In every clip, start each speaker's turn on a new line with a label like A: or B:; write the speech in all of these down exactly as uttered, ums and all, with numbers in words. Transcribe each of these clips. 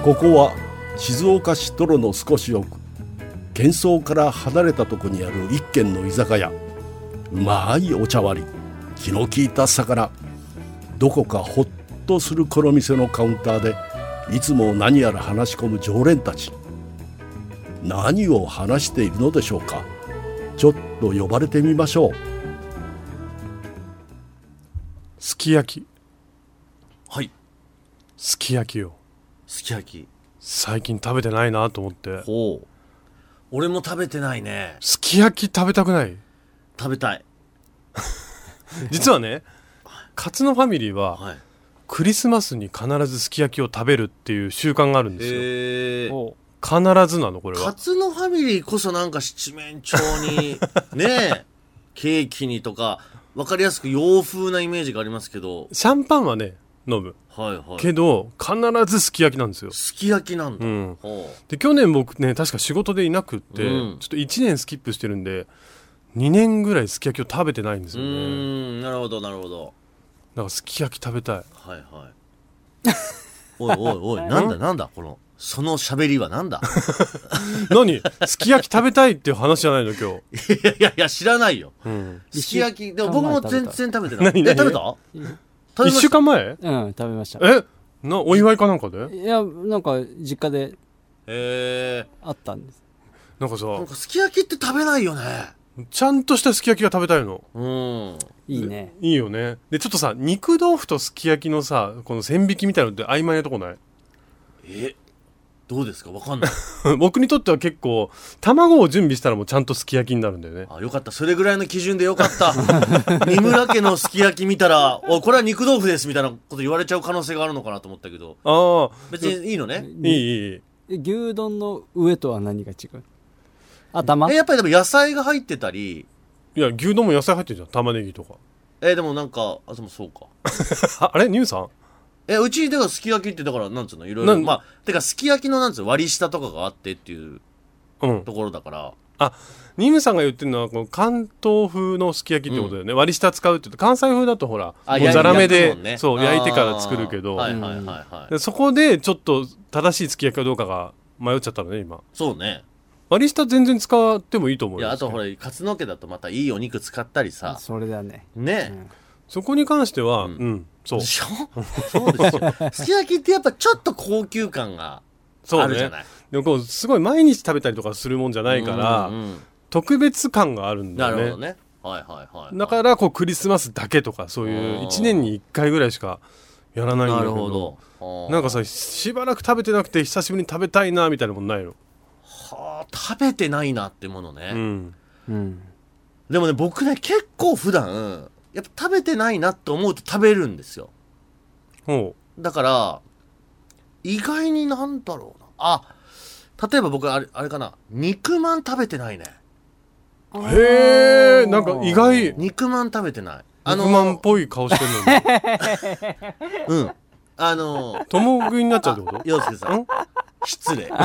A: ここは静岡市泥の少し奥、喧騒から離れたとこにある一軒の居酒屋。うまいお茶割り、気の利いた魚、どこかほっとするこの店のカウンターでいつも何やら話し込む常連たち。何を話しているのでしょうか。ちょっと呼ばれてみましょう。
B: すき焼き。
C: はい。
B: すき焼きよ。
C: すき焼き
B: 最近食べてないなと思って。
C: ほう。俺も食べてないね。
B: すき焼き食べたくない？
C: 食べたい。
B: 実はね、勝のファミリーは、
C: はい、
B: クリスマスに必ずすき焼きを食べるっていう習慣があるんですよ。
C: へー。
B: 必ずなのこれは。
C: 勝のファミリーこそなんか七面鳥にねえケーキにとか分かりやすく洋風なイメージがありますけど、
B: シャンパンはね飲む、
C: はいはい、
B: けど必ずすき焼きなんですよ。
C: すき焼きなんだ、
B: うん、
C: ほう。
B: で去年僕ね確か仕事でいなくって、うん、ちょっといちねんスキップしてるんでにねんぐらいすき焼きを食べてないんですよね。うー
C: ん、なるほどなるほど。
B: だからすき焼き食べたい。
C: はいはいおいおいおいなんだなんだこのその喋りはなんだ
B: 何すき焼き食べたいっていう話じゃないの今日。
C: いやいやいや知らないよ、うん、すき焼きでも僕も全然食べてない。何何え食べた？いっ
B: しゅうかんまえ？
D: うん食べました。
B: えなお祝いかなんかで？
D: いやなんか実家で
C: へ
D: あったんです。
B: なんかさ
C: なんかすき焼きって食べないよね。
B: ちゃんとしたすき焼きが食べたいの。
C: うん、
D: いいね。
B: いいよね。でちょっとさ肉豆腐とすき焼きのさこの線引きみたいなのって曖昧なとこない？
C: えどうですか？わかんない
B: 僕にとっては結構卵を準備したらもうちゃんとすき焼きになるんだよね。
C: あよかった。それぐらいの基準でよかった三村家のすき焼き見たらおこれは肉豆腐ですみたいなこと言われちゃう可能性があるのかなと思ったけど、あ別にいいのね。
B: いいいい。
D: 牛丼の上とは何が違う？頭？
C: えやっぱりでも野菜が入ってたり。
B: いや牛丼も野菜入ってるじゃん、玉ねぎとか。
C: えでもなんかあでもそうか
B: あれニューさん
C: えうちではすき焼きってだからなんつうのいろいろまあてかすき焼きのなんつうの割り下とかがあってっていうところだから、うん、
B: あニムさんが言ってるのはこの関東風のすき焼きってことだよね、うん、割り下使うって言うと関西風だとほらもうザラメで、ね、そう焼いてから作るけど、はいはいはいはい、そこでちょっと正しいすき焼きかどうかが迷っちゃったのね今。
C: そうね
B: 割り下全然使ってもいいと思うよ。
C: いやあとほら勝野家だとまたいいお肉使ったりさ。
D: それだね
C: ね、
B: うん、そこに関しては、うん、うん、そう
C: でしょそうですよすき焼きってやっぱちょっと高級感があるじゃない。
B: そうね、でもこうすごい毎日食べたりとかするもんじゃないから、うんうん、特別感があるんだよね。
C: なるほどね、はいはいはい、はい、
B: だからこうクリスマスだけとかそういういちねんにいっかいぐらいしかやらないんだけど。なるほど。なんかさしばらく食べてなくて久しぶりに食べたいなみたいなもんないの？
C: はあ食べてないなってものね、
B: うんうん、
C: でもね僕ね結構普段やっぱ食べてないなと思うと食べるんですよ。
B: ほう。
C: だから意外になんだろうなあ例えば僕あれ、あれかな肉まん食べてないね。
B: へえなんか意外。
C: 肉まん食べてない。あの
B: 肉まんっぽい顔してるのに
C: うんあの
B: とも食いになっちゃうってこと？
C: 陽介さん失礼、うん、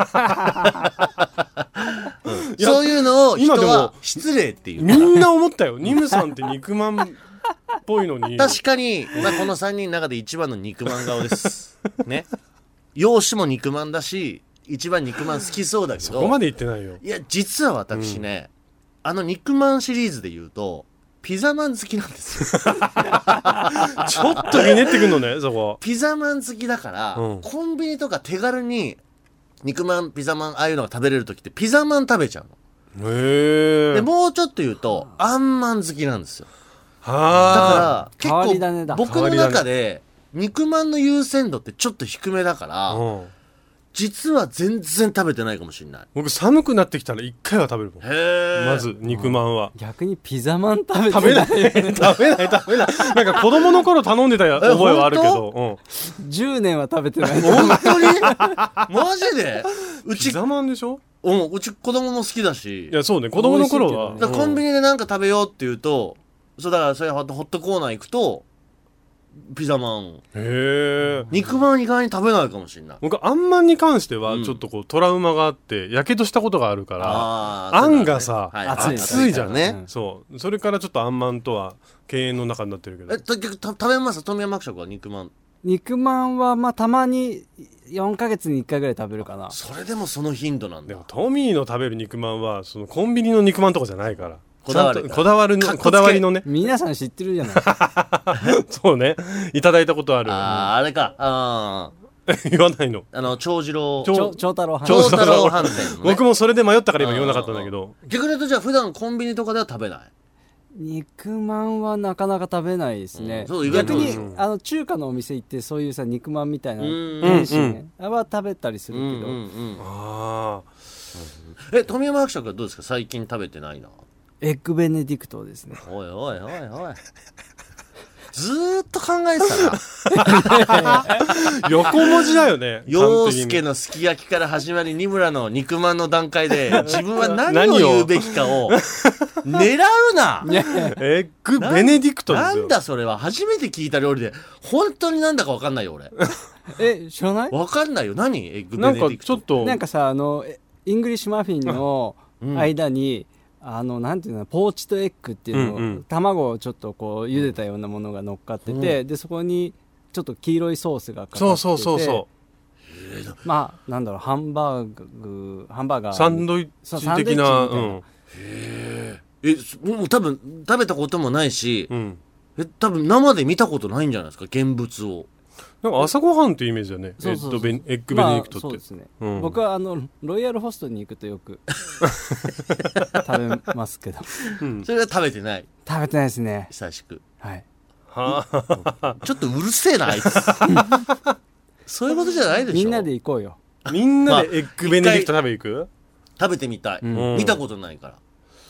C: そういうのを人は失礼っていう。
B: みんな思ったよニムさんって肉まんっぽいのに。
C: 確かに、まあ、このさんにんの中で一番の肉まん顔ですね。容姿も肉まんだし一番肉まん好きそうだけど
B: そこまで言ってないよ。
C: いや実は私ね、うん、あの肉まんシリーズで言うとピザマン好きなんですよちょ
B: っとひねってくんのねそこ。
C: ピザマン好きだから、うん、コンビニとか手軽に肉まんピザマンああいうのが食べれる時ってピザマン食べちゃうの。
B: へえ。
C: でもうちょっと言うとあんまん好きなんですよ。
B: は
C: だから結構僕の中で肉まんの優先度ってちょっと低めだから、うん、実は全然食べてないかもしれない。
B: 僕寒くなってきたら一回は食べるもん。へまず肉まんは、
D: うん、逆にピザマン食べてない
B: 食べない食べない食べないなんか子供の頃頼んでた覚えはあるけど、
D: うん、じゅうねんは食べてない。
C: 本当にマジでうち
B: ピザマンでしょ。
C: うん、うち子供も好きだし。
B: いやそうね子供の頃は、
C: だコンビニでなんか食べようって言うと、そうだからそれホットコーナー行くとピザマン。
B: へえ。
C: 肉まん意外に食べないかもしれない。
B: 僕あんまんに関してはちょっとこうトラウマがあってやけどしたことがあるから、ああんがさ、はい、熱いじゃんね、うん、そうそれからちょっとあんまんとは敬遠の中になってるけど。
C: え結局食べます？富山伯爵は肉まん
D: 肉まんはまあたまによんかげつにいっかいぐらい食べるかな。
C: それでもその頻度なんだ。
B: でもトミーの食べる肉まんはそのコンビニの肉まんとかじゃないから、
C: こだわり
B: こだわるのこだわりのね。
D: 皆さん知ってるじゃない
B: そうね、いただいたことある。
C: ああ、あれか。あ
B: 言わないの。
C: あの長次郎
D: 長太郎飯
C: 長太郎飯店の、ね、
B: 僕もそれで迷ったから今言わなかったんだけど。
C: 逆に言うとじゃあ普段コンビニとかでは食べない？
D: 肉まんはなかなか食べないですね、
C: うん、そう意外と
D: 逆に、
C: うん、
D: あの中華のお店行ってそういうさ肉まんみたいな
C: 天
D: 津は食べたりするけど、うんうんうん、
B: あ
C: あ、え富山伯爵はどうですか？最近食べてないな。
D: エッグベネディクトですね。
C: おいおいおいおいずーっと考えてたな
B: 横文字だよね。
C: 陽介のすき焼きから始まり二村の肉まんの段階で自分は何を言うべきかを狙うな
B: エッグベネディクトですよ。
C: なんだそれは。初めて聞いた料理で本当になんだか分かんないよ俺
D: え知らない？
C: 分かんないよ。何エッグベネディクト。
B: なんかちょっと
D: なんかさ、あのイングリッシュマフィンの間に、うん、あのなんていうのポーチとエッグっていうのを、うんうん、卵をちょっとこう茹でたようなものが乗っかってて、うん、でそこにちょっと黄色いソースがかかってて、
B: そうそうそうそう、
D: まあなんだろうハンバーグハンバーガー
B: サンドイッチ的な、うん、
C: へえもう多分食べたこともないし、うん、え多分生で見たことないんじゃないですか現物を。
B: なんか朝ごはんっていうイメージだね。そうそうそう、エッグベネディクトって、まあ、そうですね、
D: うん、僕はあのロイヤルホストに行くとよく食べますけど、
C: うん、それは食べてない？
D: 食べてないですね。
C: 久しく。
D: はい。
C: はちょっとうるせえなあいつそういうことじゃないでしょ。
D: みんなで行こうよ。
B: みんなでエッグベネディクト食べ行く？
C: 食べてみたい、うん、見たことないから。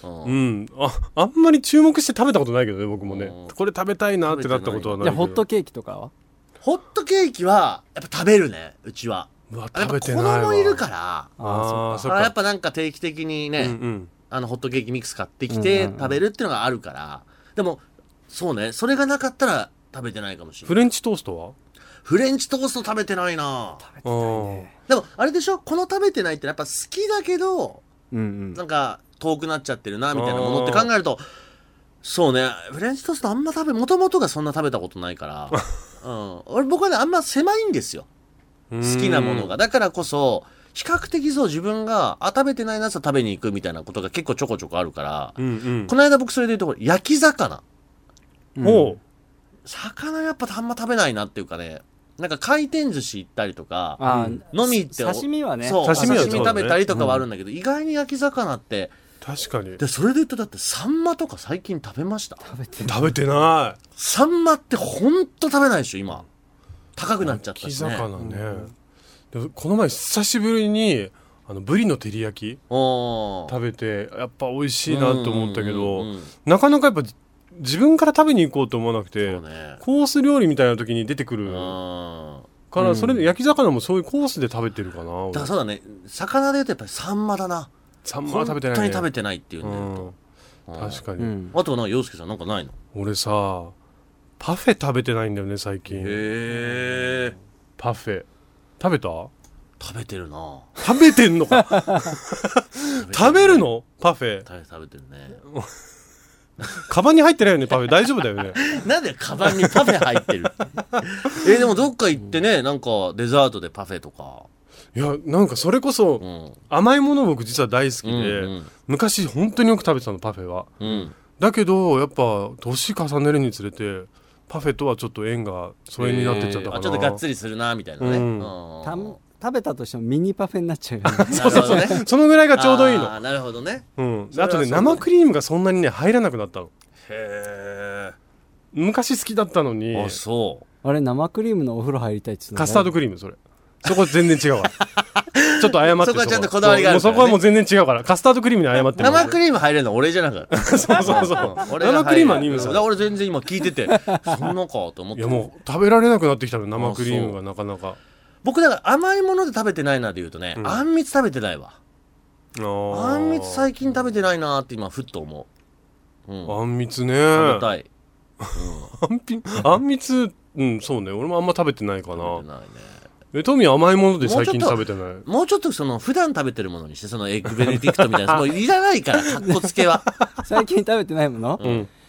B: うん、うん、あ, あんまり注目して食べたことないけどね僕もね、うん、これ食べたいなってなったことはないけど。
D: じゃあホットケーキとかは？
C: ホットケーキはやっぱ食べるねうちは。
B: うわ食べてないわ。
C: 子供いるから
B: あ
C: そっかやっぱなんか定期的にね、うんうん、あのホットケーキミックス買ってきて食べるっていうのがあるから、うんうんうん、でもそうねそれがなかったら食べてないかもしれない。
B: フレンチトーストは？
C: フレンチトースト食べてないな。
D: 食べてないね。
C: でもあれでしょこの食べてないってやっぱ好きだけど、
D: うんうん、
C: なんか遠くなっちゃってるなみたいなものって考えるとそうねフレンチトーストあんま食べもともとがそんな食べたことないからうん、俺僕はねあんま狭いんですよ好きなものが。だからこそ比較的そう自分があ食べてないなら食べに行くみたいなことが結構ちょこちょこあるから、うんうん、この間僕それで言うと焼き魚、
B: うん、
C: 魚やっぱあんま食べないなっていうかねなんか回転寿司行ったりとか飲み行って
D: 刺身はね
C: そう刺身食べたりとかはあるんだけど、うん、意外に焼き魚って
B: 確かに。
C: でそれで言うとだってサンマとか最近食べました？
D: 食べて
B: 食べてない。
C: サンマってほんと食べないでしょ今高くなっちゃったしね。
B: 焼き魚ね、うん、でこの前久しぶりにあのブリの照り焼き食べてやっぱ美味しいなと思ったけど、うんうんうん、なかなかやっぱ自分から食べに行こうと思わなくて、ね、コース料理みたいな時に出てくるからそれで焼き魚もそういうコースで食べてるかな。
C: だからそうだね魚で言うとやっぱりサンマだな。
B: サンマは食べてないね。
C: 本当に食べてないっていうんだよ、
B: うん、確かに、
C: うん、あとはな陽介さんなんかないの？
B: 俺さパフェ食べてないんだよね最近。
C: へー
B: パフェ食べた？
C: 食べてるな。
B: 食べてんのか食べるのパフェ。
C: 食べてるね
B: カバンに入ってないよねパフェ。大丈夫だよね
C: なんでカバンにパフェ入ってるえでもどっか行ってねなんかデザートでパフェとか。
B: いやなんかそれこそ、うん、甘いもの僕実は大好きで、うんうん、昔本当によく食べてたのパフェは、うん、だけどやっぱ年重ねるにつれてパフェとはちょっと縁が疎遠になってっちゃったかな、
C: えー、あちょっとがっつりするなみたいなね、うん
D: うん食べたとしてもミニパフェになっちゃうよね
B: そうそうそう、ね、そのぐらいがちょうどいいの。
C: あなるほどね、
B: うん、あとね生クリームがそんなにね入らなくなったの。
C: へー
B: 昔好きだったのに。
C: あそう
D: あれ生クリームのお風呂入りたいって言ってた
B: カスタードクリームそれそこ全然違うわちょっと謝って。
C: そこはちゃんとこだわりがあるから、ね、
B: そこはもう全然違うからカスタードクリームに謝ってる。
C: 生クリーム入れるの俺じゃなかった
B: そうそうそう生クリームはニムさん。
C: 俺全然今聞いててそんなかと思って。
B: いやもう食べられなくなってきたの生クリームがなかなか。
C: 僕だから甘いもので食べてないなで言うとね、うん、あんみつ食べてないわ。あんみつ最近食べてないなって今ふっと思う、うん、
B: あんみつね
C: 食べたい、
B: うん、あんみつうんそうね俺もあんま食べてないかな。
C: 食べてないね。
B: えトミー甘いもので最近食べてない？
C: もうちょっとその普段食べてるものにしてそのエッグベネディクトみたいなもういらないからカッコつけは
D: 最近食べてないもの、
B: うん、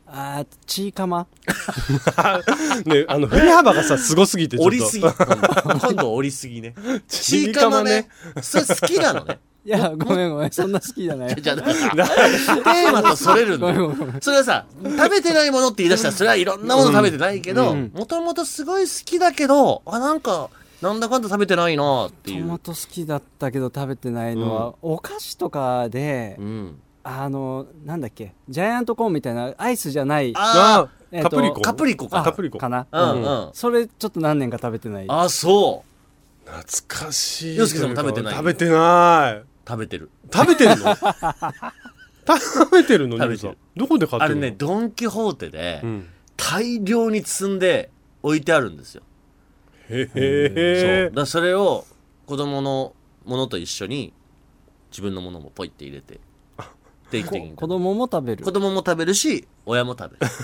D: あチーカマ
B: ね、あの振り幅がさすごすぎてちょっと
C: 折りすぎ今度折りすぎねチーカマねそれ好きなのね
D: いやごめんごめんそんな好きじゃない
C: じゃあだからテーマとそれるんだよそれはさ食べてないものって言い出したらそれはいろんなもの食べてないけどもともとすごい好きだけどあなんかなんだかんだ食べてないなっていう
D: トマト好きだったけど食べてないのは、うん、お菓子とかで、うんあのなんだっけジャイアントコーンみたいなアイスじゃない
C: あ、
B: えー、カプリコ
C: カプリコか
B: カプリコ
D: かな、
C: うんうん、
D: それちょっと何年か食べてない
C: あそう
B: 懐かしい
C: 洋介さんも食べてない
B: 食べてない
C: 食べてる
B: 食べてるの食べてるの
C: 食べてる
B: どこで買ってるの
C: あれねドン・キホーテで、うん、大量に積んで置いてあるんですよ
B: へえ
C: そうだそれを子供のものと一緒に自分のものもポイって入れて定期的に
D: 子供も食べる
C: 子供も食べるし親も食べる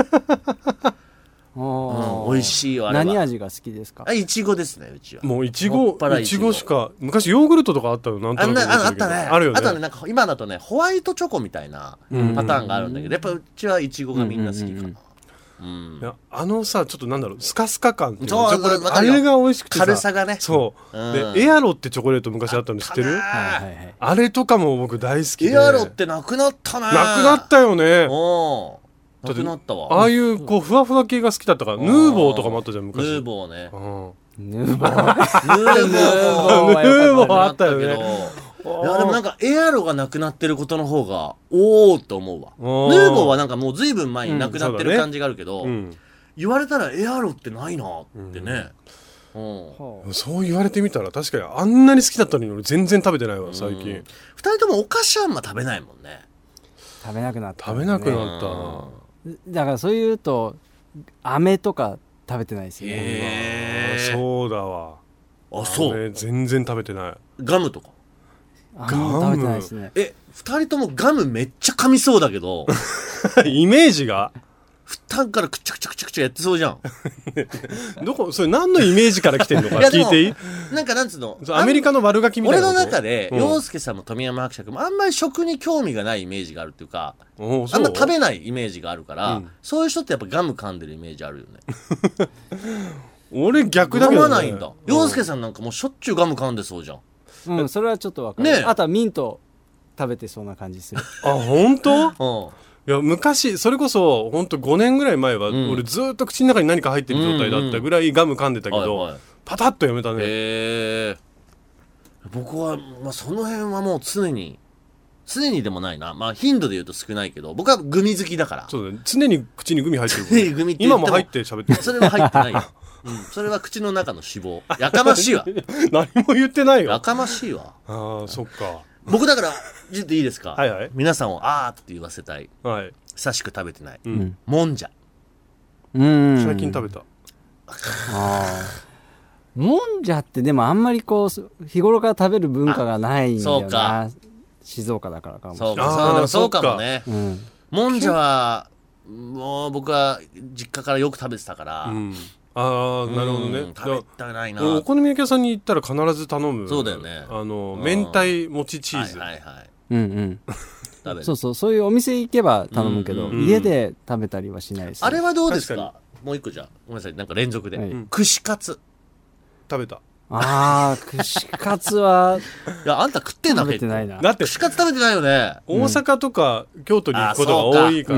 C: うん、美味しいよあれは
D: 何味が好きですか
C: あいちごですねうちは
B: もういちごいちごしか昔ヨーグルトとかあったのなんとなく
C: ああったね
B: あるよね
C: あとねなんか今だとねホワイトチョコみたいなパターンがあるんだけどやっぱうちはいちごがみんな好きかな、うんうんうん
B: うん、いやあのさちょっとなんだろうスカスカ感っていう
C: そう
B: チョコレートあれが美味しくてさ
C: 軽さがね
B: そう、うん、でエアロってチョコレート昔あったの知ってる、はいはいはい、あれとかも僕大好きで
C: エアロってなくなったね
B: なくなったよね
C: おなくなったわ
B: ああいうこうふわふわ系が好きだったからヌーボーとかもあったじゃん昔
C: ヌーボーね
D: ヌーボー
C: ヌー
B: ボーあったよね
C: いやでもなんかエアロがなくなってることの方がおおって思うわヌーボーはなんかもうずいぶん前になくなってる感じがあるけど、うんねうん、言われたらエアロってないなってね、
B: うんうん、そう言われてみたら確かにあんなに好きだったのに俺全然食べてないわ最近、うん、
C: ふたりともお菓子あんま食べないもんね
D: 食べなくなった、ね、
B: 食べなくなった、
D: うん、だからそういうと飴とか食べてないですよね
C: へー
B: そうだわ
C: あそう
B: 全然食べてない
C: ガムとか
D: ガム食べてないですね
C: えふたりともガムめっちゃ噛みそうだけど
B: イメージが
C: ふたんからくちゃくちゃくちゃくちゃやってそうじゃん
B: どこそれ何のイメージから来てんのか聞いていい
C: なんかなんつうの
B: アメリカの悪ガキみたいな
C: 俺の中で陽介、うん、さんも富山伯爵もあんまり食に興味がないイメージがあるっていうかあんま食べないイメージがあるから、うん、そういう人ってやっぱガム噛んでるイメージあるよね
B: 俺逆だけど、ね、
C: 噛まないんだ陽介さんなんかもうしょっちゅうガム噛んでそうじゃん
D: うんそれはちょっとわかる、ね、あとはミント食べてそうな感じする
B: あ本当？
C: うん
B: いや昔それこそ本当ごねんぐらい前は、うん、俺ずっと口の中に何か入ってる状態だったぐらいガム噛んでたけど、うんうん、パタッとやめたね
C: へー僕は、まあ、その辺はもう常に常にでもないなまあ頻度で言うと少ないけど僕はグミ好きだから
B: そうだ、ね、常に口にグミ入ってる
C: 常にグミって
B: 今も入って喋ってる
C: それは入ってないようん、それは口の中の脂肪やかましいわ
B: 何も言ってないよ
C: やかましいわ
B: ああそっか
C: 僕だからちょっといいですか
B: はい、はい、
C: 皆さんをあーって言わせたい、
B: はい、
C: 久しく食べてない、
B: うん、
C: もんじゃ
D: うん
B: 最近食べた
D: あもんじゃってでもあんまりこう日頃から食べる文化がないんだよなそうか静岡だからかもしれない
C: そうかそうそうかもね、
D: うん、
C: もんじゃはもう僕は実家からよく食べてたから、
B: うんああなるほどね、うん、
C: 食べたないな
B: お好み焼き屋さんに行ったら必ず頼む
C: そうだよね
B: あの明太もちチーズ
C: はいはいはい
D: うんうん食べそうそうそういうお店行けば頼むけど、うんうん、家で食べたりはしないです、ね、
C: あれはどうですかもう一個じゃごめんなさいなんか連続で、はい、串カツ
B: 食べた
D: あー串カツはい
C: やあんた食ってんだ
D: 食べてないな
B: だって
C: 串カツ食べてないよね
B: 大阪とか京都に行くことが多いから、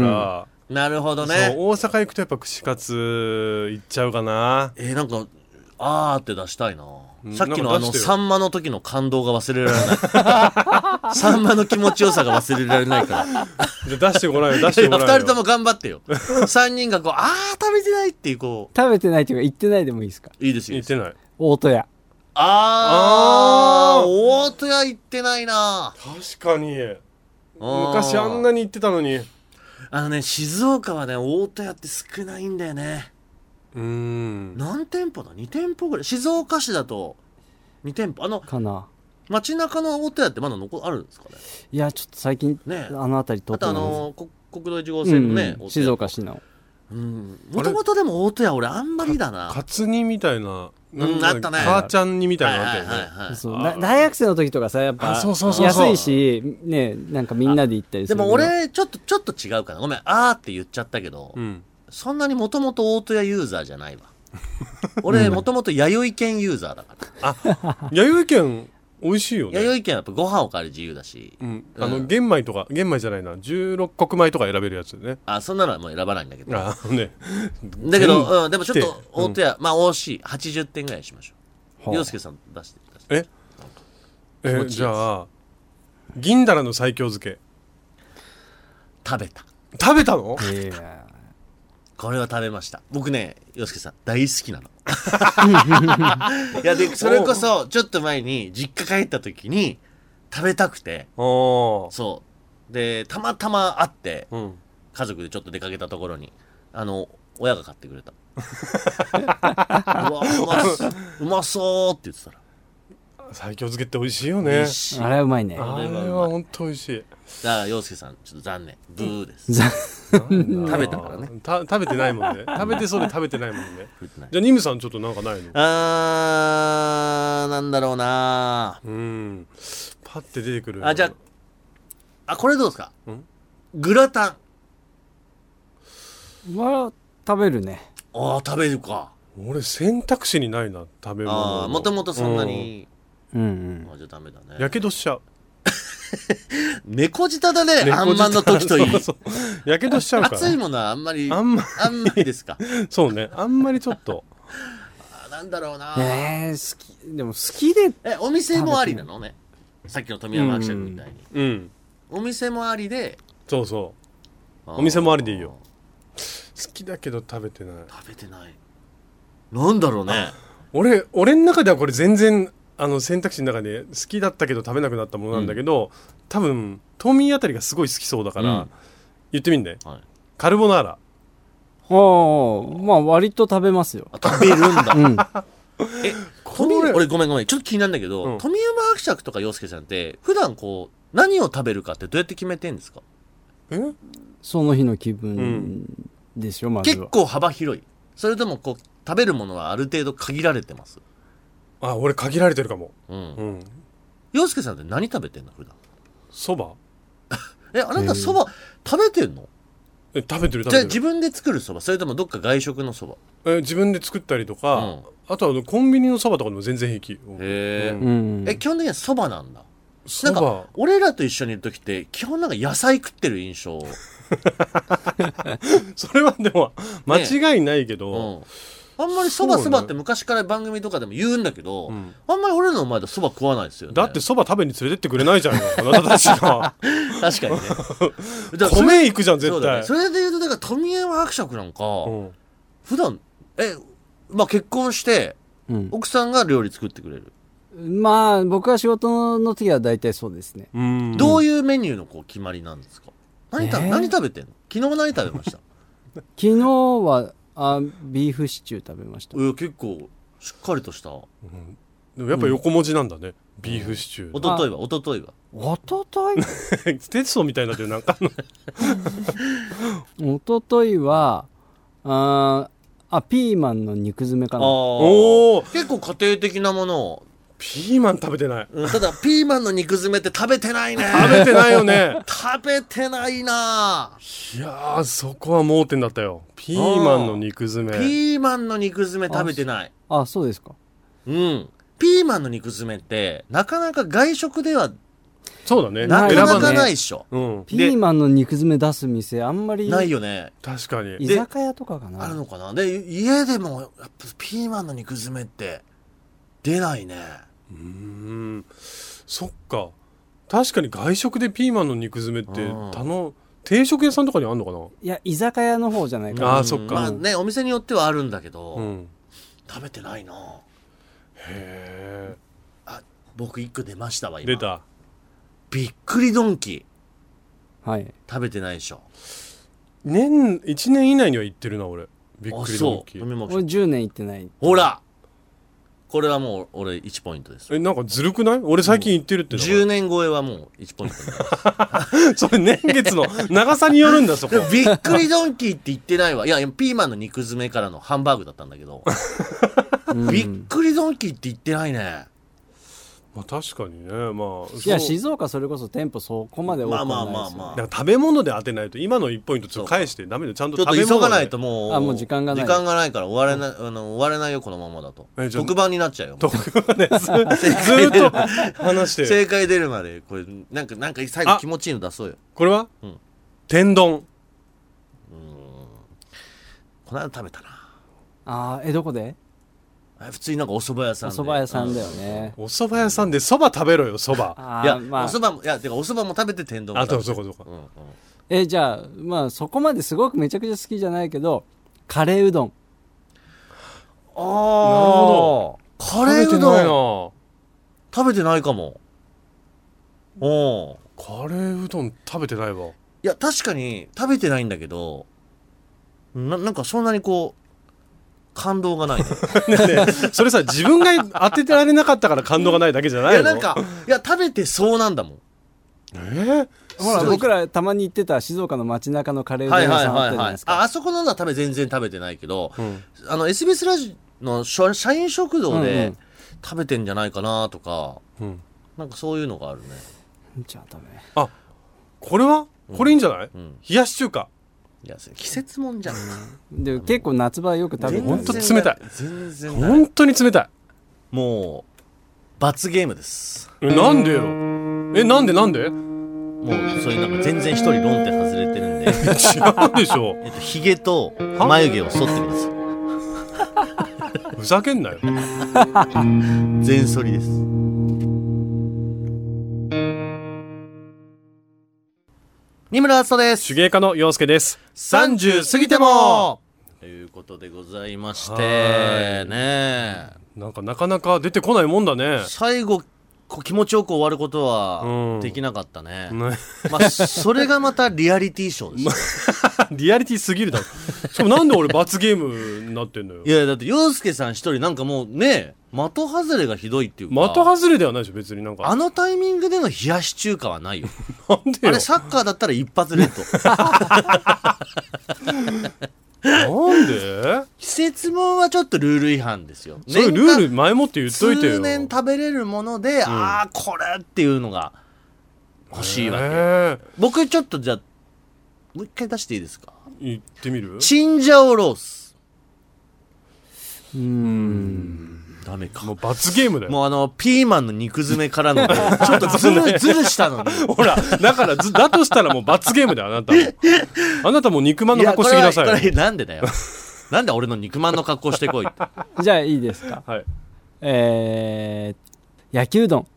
C: うん、なるほどね
B: 大阪行くとやっぱ串カツ行っちゃうかな
C: えー、なんかあーって出したいな、うん、さっきのあのサンマの時の感動が忘れられないサンマの気持ちよさが忘れられないから
B: じゃ出してごらんよ出してごらんよ
C: ふたりとも頑張ってよさんにんがこうあー食べてないっていうこ
D: う食べてないっていうか言ってないでもいいですか
C: いいですよ
B: 言ってない
D: 大戸屋
C: あー大戸屋行ってないな
B: 確かに昔あんなに行ってたのに
C: あのね静岡はね大戸屋って少ないんだよね
B: うーん
C: 何店舗だに店舗ぐらい静岡市だとに店舗あの
D: かな
C: 街中の大戸屋ってまだ残あるんですかね
D: いやちょっと最近、ね、あの辺り通って
C: ないあとあの国道いち号線のね、
D: うんうん、静岡市の
C: もともとでも大戸屋俺あんまりだな
B: カツ煮みたいな
C: うんあったね
B: 母ちゃんにみたいなのあったよね、
C: はいはいはいはい、
D: そうな大学生の時とかさやっぱ
B: そうそうそう
D: 安いしねなんかみんなで行ったりする。
C: でも俺ちょっとちょっと違うかな、ごめんあーって言っちゃったけど、うん、そんなにもともと大戸屋ユーザーじゃないわ俺もともと弥生県ユーザーだから。
B: あ弥生県美味しいよね。
C: 弥生県はやっぱご飯おかわり自由だし、
B: うん、あの、うん、玄米とか玄米じゃないなじゅうろっこく米とか選べるやつね。
C: あそんなのはもう選ばないんだけど。
B: あ、ね、
C: だけど、うん、でもちょっと大戸屋、うん、まあ惜しいはちじゅってんぐらいにしましょう。陽介さん出して出して
B: ええじゃあ銀だらの西京漬け
C: 食べた。
B: 食べたの？
D: いや
C: これは食べました。僕ね陽介さん大好きなのいやでそれこそちょっと前に実家帰った時に食べたくて、そうでたまたま会って、うん、家族でちょっと出かけたところにあの親が買ってくれたうわうまそううまそうって言ってたら
B: 西京漬けって美味しいよね。
D: あれはうまいね。
B: あれは本当美味しい。
C: だから陽介さんちょっと残念ブーです。食べたからね。
B: た食べてないもんね。食べてそうで食べてないもんね。じゃあニムさんちょっとなんかないの？
C: あーなんだろうな。
B: うんパッて出てくる。
C: あじゃああこれどうですか？グラタ
D: ンは食べるね。
C: ああ食べるか。
B: 俺選択肢にないな食べ物。
C: あもともとそんなに。
D: うんうん。
C: あじゃあダメだね。
B: やけどしちゃう。
C: 猫舌だね。あんまんの時といい。
B: やけどしちゃうから。
C: 熱いものはあんまり
B: あんま
C: あんまりですか。
B: そうねあんまりちょっと。
C: あなんだろうな。
D: えー、好きでも好きで。
C: えお店もありなのね。さっきの富山伯爵みたいに。
B: うん。うん、
C: お店もありで。
B: そうそう。お店もありでいいよ。好きだけど食べてない。
C: 食べてない。なんだろうね。
B: 俺俺の中ではこれ全然あの選択肢の中で好きだったけど食べなくなったものなんだけど、うん、多分トミーあたりがすごい好きそうだから、うん、言ってみんね、はい、カルボナーラ。
D: ああまあ割と食べますよ。
C: 食べるんだ、うん、えこれ俺ごめんごめんちょっと気になるんだけど、うん、富山伯爵とか陽介さんって普段こう何を食べるかってどうやって決めてんですか？
D: えその日の気分でしょ、うん、まずは
C: 結構幅広い。それともこう食べるものはある程度限られてます？
B: あ俺限られてるかも。うん、うん、
C: 陽介さんって何食べてんの普段？
B: そば
C: えあなたそば食べてんの？
B: え食べてる食べてる。
C: じゃあ自分で作るそばそれともどっか外食のそば？
B: え自分で作ったりとか、うん、あとはコンビニのそばとかでも全然平気。へ
C: え、うん、え基本的にはそばなんだ。なんか俺らと一緒にいる時って基本なんか野菜食ってる印象
B: それはでも間違いないけど、ね
C: うん、あんまりそばそばって昔から番組とかでも言うんだけど、うん、あんまり俺らの前でそば食わないですよね。
B: だってそば食べに連れてってくれないじゃんよあなたたちが
C: 確かにね
B: 米行くじゃん絶対。
C: それで言うとだから富山伯爵なんか、うん、普段えまあ結婚して、うん、奥さんが料理作ってくれる。
D: まあ僕は仕事の時は大体そうですね。
C: うんどういうメニューのこう決まりなんですか？何, た、えー、何食べてんの？昨日何食べました
D: 昨日はあビーフシチュー食べました。
C: 結構しっかりとした、うん、
B: でもやっぱ横文字なんだね、うん、ビーフシチュー。
C: おとといはおとといは
D: おととい
B: テツソみたいになってるなんか
D: おとといはああピーマンの肉詰めかな。
C: お結構家庭的なものを。
B: ピーマン食べてない、
C: うん、ただピーマンの肉詰めって食べてないね
B: 食べてないよね
C: 食べてないな。
B: いやーそこは盲点だったよ。ピーマンの肉詰め
C: ピーマンの肉詰め食べてない。
D: ああそうですか。
C: うんピーマンの肉詰めってなかなか外食では
B: そうだね
C: なかなかないっしょ、
D: うん、ピーマンの肉詰め出す店あんまり
C: ないよね。
B: 確かに
D: 居酒屋とかかな
C: あるのかな。で家でもやっぱピーマンの肉詰めって出ないね。
B: うーんそっか確かに外食でピーマンの肉詰めってたの定食屋さんとかにあんのかな。
D: いや居酒屋の方じゃないかな。
B: あそっか、
C: まあねお店によってはあるんだけど、うん、食べてないな。
B: へえ。
C: あ僕一個出ましたわ今。
B: 出た。
C: びっくりドンキー。
D: はい。
C: 食べてないでしょ。
B: 年いちねん以内には行ってるな俺。びっくりドンキー。
D: 俺じゅうねん行ってない。
C: ほらこれはもう俺いちポイントです。
B: えなんかずるくない？俺最近言ってるっての、
C: うん、じゅうねん超えはもういちポイント
B: それ年月の長さによるんだそこ。
C: びっくりドンキーって言ってないわ。いやピーマンの肉詰めからのハンバーグだったんだけどびっくりドンキーって言ってないね。
B: まあ確かにね。まあ
D: いや静岡それこそ店舗そこまで多くないですよ。まあまあまあまあ。
B: だから食べ物で当てないと今のいちポイントちょっと返してダメでちゃんと食べ物で。
C: ちょっと急がないともう
D: あもう時間がない。
C: 時間がないから終われない、うん、あの終われないよこのままだと。特番になっちゃうよ。
B: 特番でず, ずーっと話して
C: 正解出るまでこれなんかなんか最後気持ちいいの出そうよ。
B: これは、
C: うん、
B: 天丼。うん
C: この間食べたな。
D: あえどこで？
C: 普通になんかお蕎麦屋さんで。
D: お蕎麦屋さんだよね。
B: お蕎麦屋さんで蕎麦食べろよ蕎麦。
C: いや、まあ、お蕎麦もいやてかお蕎麦も食べて天丼も食べて。
B: あそうかそうか、うんうん、
D: えじゃあまあそこまですごくめちゃくちゃ好きじゃないけどカレーうどん。
C: ああなるほど。カレーうどん食べてないかも。お
B: カレーうどん食べてないわ。い
C: や確かに食べてないんだけど な, なんかそんなにこう感動がない、ね
B: ね、それさ自分が当ててられなかったから感動がないだけじゃないの？
C: いやなんかいや食べてそうなんだもん。
B: えー、
D: ほら僕らたまに行ってた静岡の街中のカレーうどん屋さんあったじゃないですか。
C: あそこのは食べ全然食べてないけど、うん、あの エスビーエス ラジオの社員食堂で食べてんじゃないかなとか、うん、なんかそういうのがあるね。
D: じゃあダメ。
B: あこれはこれいいんじゃない、うんうん、冷やし中華。
C: いや季節もんじゃん。
D: で結構夏場よく食べる。
B: 本当冷たい。
C: 全然
B: 本当に冷たい。
C: もう罰ゲームです。
B: えなんでよ。えなんでなんで？
C: もうそういうなんか全然一人論点外れてるんで。
B: 違うでしょ。
C: えっとひげと眉毛を剃ってくださ
B: い。ふざけんなよ。
C: 全剃りです。二村敦人です。
B: 手芸家の陽介です。
C: さんじゅう過ぎてもということでございましてね。
B: なんかなかなか出てこないもんだね。
C: 最後こう気持ちよく終わることはできなかったね、うん、まあそれがまたリアリティショーです、
B: ね、リアリティすぎるだろ。しかもなんで俺罰ゲームになってんのよ。
C: いやだって陽介さん一人なんかもうね的外れがひどいっていうか。
B: 的外れではないでしょ別に。なんか
C: あのタイミングでの冷やし中華はないよ。
B: なんでよ。
C: あれサッカーだったら一発レッド。
B: なんで？
C: 季節もんはちょっとルール違反ですよ。
B: そういうルール前もって言っといてよ。
C: 数年食べれるもので、うん、ああこれっていうのが欲しいわけ。僕ちょっとじゃあもう一回出していいですか？
B: 言ってみる？
C: チンジャオロース。
D: うーん
C: ダメか。
B: もう罰ゲームだよ。
C: もうあのピーマンの肉詰めからのちょっとズルズルしたのに。
B: ほらだからずだとしたらもう罰ゲームだよあなたも。あなたも肉まんの格好してきなさいよ。
C: いやこれはこれなんでだよ。なんで俺の肉まんの格好してこいって。
D: じゃあいいですか。
B: はい。
D: えー、焼きうどん。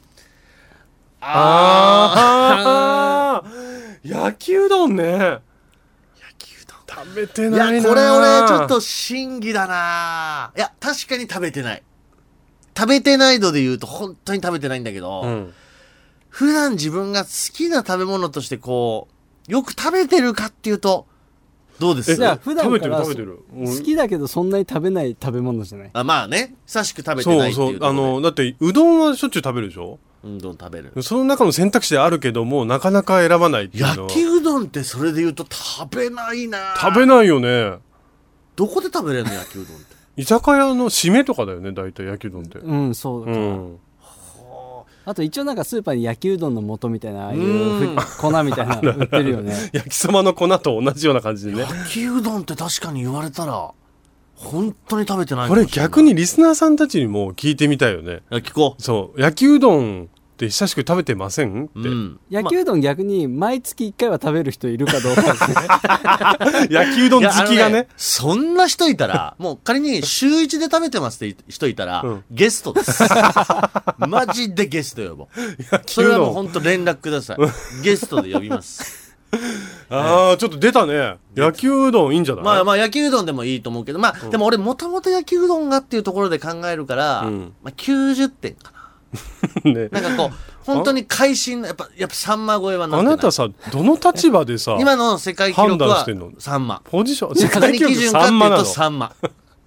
B: ああ焼きうどんね。食べてないな。
C: いやこれ俺ちょっと審議だな。いや確かに食べてない。食べてないので言うと本当に食べてないんだけど、うん、普段自分が好きな食べ物としてこうよく食べてるかっていうとどうです？
D: いや普段から好きだけどそんなに食べない食べ物じゃない。
C: あまあね久しく食べてないっていう。
B: そうそうあのだってうどんはしょっちゅう食べるでしょ。
C: うどん食べる。
B: その中の選択肢であるけどもなかなか選ばないっていうのは。
C: 焼きうどんってそれで言うと食べないな。
B: 食べないよね。
C: どこで食べれるの焼きうどんって。
B: 居酒屋の締めとかだよね大体焼きうどんって。
D: うんそうだ、うん、あと一応なんかスーパーに焼きうどんの素みたいなああいう粉みたいなの売ってるよね。
B: 焼きそばの粉と同じような感じでね。
C: 焼きうどんって確かに言われたら本当に食べてない。
B: これ逆にリスナーさんたちにも聞いてみたいよね。
C: 聞こう。
B: そう焼きうどんって久しく食べてませんって、うん、
D: 焼きうどん逆に毎月いっかいは食べる人いるかどうかですね。
B: 焼きうどん好きが ね, ね
C: そんな人いたらもう仮に週一で食べてますって人いたら、うん、ゲストです。マジでゲスト呼ぼう。それはもう本当連絡ください。ゲストで呼びます。
B: あーちょっと出たね。焼きうどんいいんじゃない？
C: まあまあ焼きうどんでもいいと思うけどまあ、うん、でも俺もともと焼きうどんがっていうところで考えるから、うんまあ、きゅうじゅってんかな。ね、なんかこう本当に会心やっぱやっぱさんま超えはなってない。
B: あなたさどの立場でさ
C: 今の世界記録はさんま
B: ポジション
C: 世界基準かっていうとさんま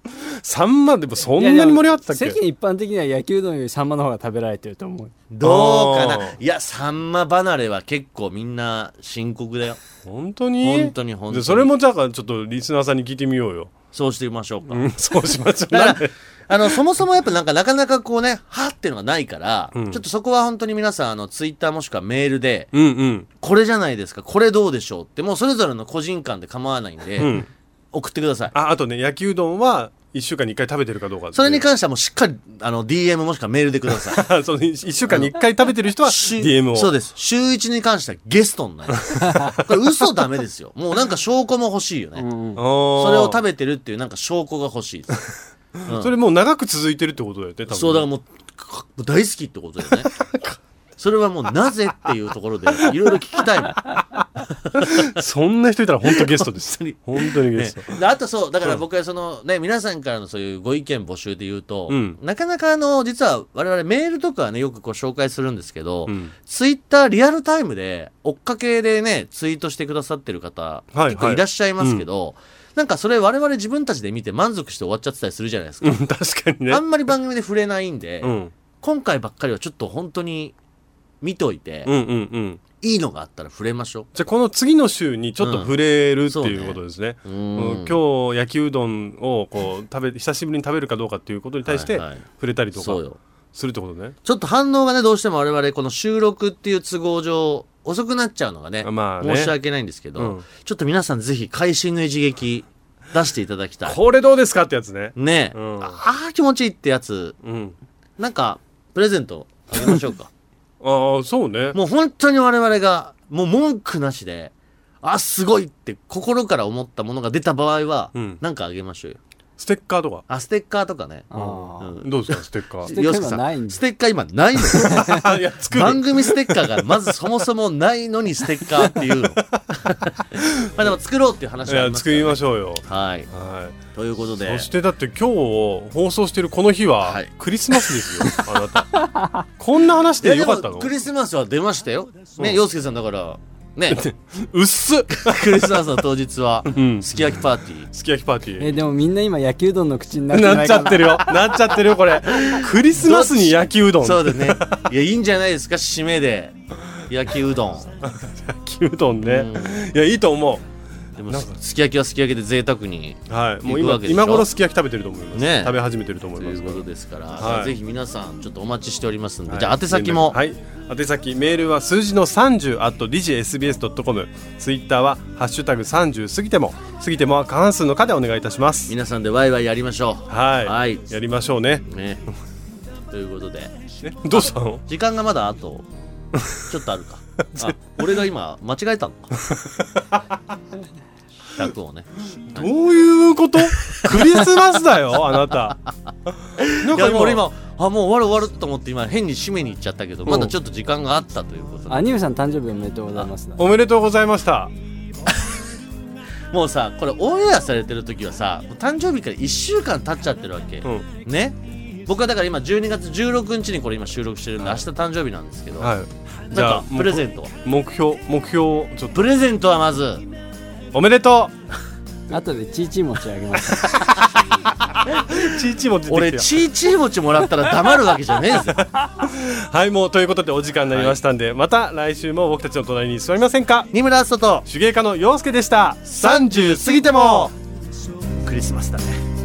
B: サンマでもそんなに盛り上がってたっけ。
D: 世間一般的には焼きうどんよりサンマの方が食べられてると思う。
C: どうかな。いやサンマ離れは結構みんな深刻だよ。
B: 本当に
C: 本当に本当に。
B: でそれもじゃあちょっとリスナーさんに聞いてみようよ。
C: そうしてみましょうか、
B: うん、そうしましょう。
C: だからあのそもそもやっぱなんかなかなかこうねはっていうのがないから、うん、ちょっとそこは本当に皆さんあのツイッターもしくはメールで、
B: うんうん、
C: これじゃないですかこれどうでしょうってもうそれぞれの個人間で構わないんで、うん、送ってください。
B: あ, あとね焼きうどんはいっしゅうかんにいっかい食べてるかどうか、
C: それに関してはもうしっかりあの ディーエム もしくはメールでください。
B: そのいっしゅうかんにいっかい食べてる人は ディーエム を。
C: そうです。週いちに関してはゲストになる。これ嘘ダメですよ。もうなんか証拠も欲しいよね、うん、それを食べてるっていうなんか証拠が欲しいです、
B: うん、それもう長く続いてるってことだよね多分ね。
C: そうだからもう大好きってことだよね。それはもうなぜっていうところでいろいろ聞きたいの。
B: そんな人いたら本当ゲストです。本当にゲスト、
C: ね、であとそうだから僕はその、ね、皆さんからのそういうご意見募集で言うと、うん、なかなかあの実は我々メールとかはねよくこう紹介するんですけど、うん、ツイッターリアルタイムで追っかけでねツイートしてくださってる方、はいはい、結構いらっしゃいますけど、うん、なんかそれ我々自分たちで見て満足して終わっちゃってたりするじゃないですか、
B: うん、確かにね。
C: あんまり番組で触れないんで、うん、今回ばっかりはちょっと本当に見といて、うんうんうん、いいのがあったら触れましょう。
B: じゃあこの次の週にちょっと触れる、うん、っていうことですね。うん、今日焼きうどんをこう食べ久しぶりに食べるかどうかっていうことに対して触れたりとかするってことね。
C: ちょっと反応がねどうしても我々この収録っていう都合上遅くなっちゃうのがね、まあ、ね申し訳ないんですけど、うん、ちょっと皆さんぜひ会心の一撃出していただきたい。
B: これどうですかってやつね。
C: ね、うん、ああ気持ちいいってやつ、うん、なんかプレゼントあげましょうか。
B: ああそうね。
C: もう本当に我々がもう文句なしであすごいって心から思ったものが出た場合は、うん、なんかあげましょうよ。
B: ステッカーとか。
C: あステッカーとかね。
B: あ、うん、どうですかステッカー。
D: ステッカー今ないん
C: ステッカー今ないのよ。いや作る番組ステッカーがまずそもそもないのにステッカーっていうの。まあでも作ろうっていう話はありますから、ね、
B: いや作りましょうよ。
C: はい、はい、ということで
B: そしてだって今日放送してるこの日は、はい、クリスマスですよ。あなたこんな話でよかったの？
C: クリスマスは出ましたよね。陽介さんだからね、
B: うっす
C: クリスマスの当日はすき焼きパーティー、
B: すき焼きパーティー。
D: えでもみんな今焼きうどんの口になってないかな。
B: なっちゃってるよなっちゃってるよこれ。クリスマスに焼きうどん。
C: そうだね。いやいいんじゃないですか締めで焼きうどん。
B: 焼きうどんね、うん、いやいいと思う。
C: でもすき焼きはすき焼きで贅沢に
B: はい、もう 今, 今頃すき焼き食べてると思います、ね、食べ始めてると思います
C: ということですから、はい、ぜひ皆さんちょっとお待ちしておりますので、はい、じゃあ宛先も
B: はい宛先メールは数字のさんじゅう アット ディジエスビーエス ドットコム、 ツイッターはハッシュタグさんじゅう過ぎても過ぎてもは過半数の課でお願いいたします。
C: 皆さんでワイワイやりましょう。
B: はい、はい、やりましょう ね,
C: ねということで、ね、
B: どうしたの？
C: 時間がまだあとちょっとあるか。あ俺が今間違えたのか。ひゃくをね。
B: どういうこと？クリスマスだよあなた。
C: なんか今俺今あもう終わる終わると思って今変に締めに行っちゃったけど、まだちょっと時間があったということで。
D: アニメさん誕生日おめでとうございます。
B: おめでとうございました。
C: もうさこれオンエアされてる時はさ誕生日からいっしゅうかん経っちゃってるわけ、うん、ね。僕はだから今じゅうにがつじゅうろくにちにこれ今収録してるんで、はい、明日誕生日なんですけど、はい、なんかプレゼントは
B: 目標目標ちょっと
C: プレゼントはまず
B: おめでと
D: う。後でチーチー餅あげます。
B: チーチー餅
C: 俺チーチー餅もらったら黙るわけじゃねえぞ。
B: はいもうということでお時間になりましたんで、はい、また来週も僕たちの隣に座りませんか。
C: 二村敦人と
B: 手芸家の陽介でした。さんじゅう過ぎても
C: クリスマスだね。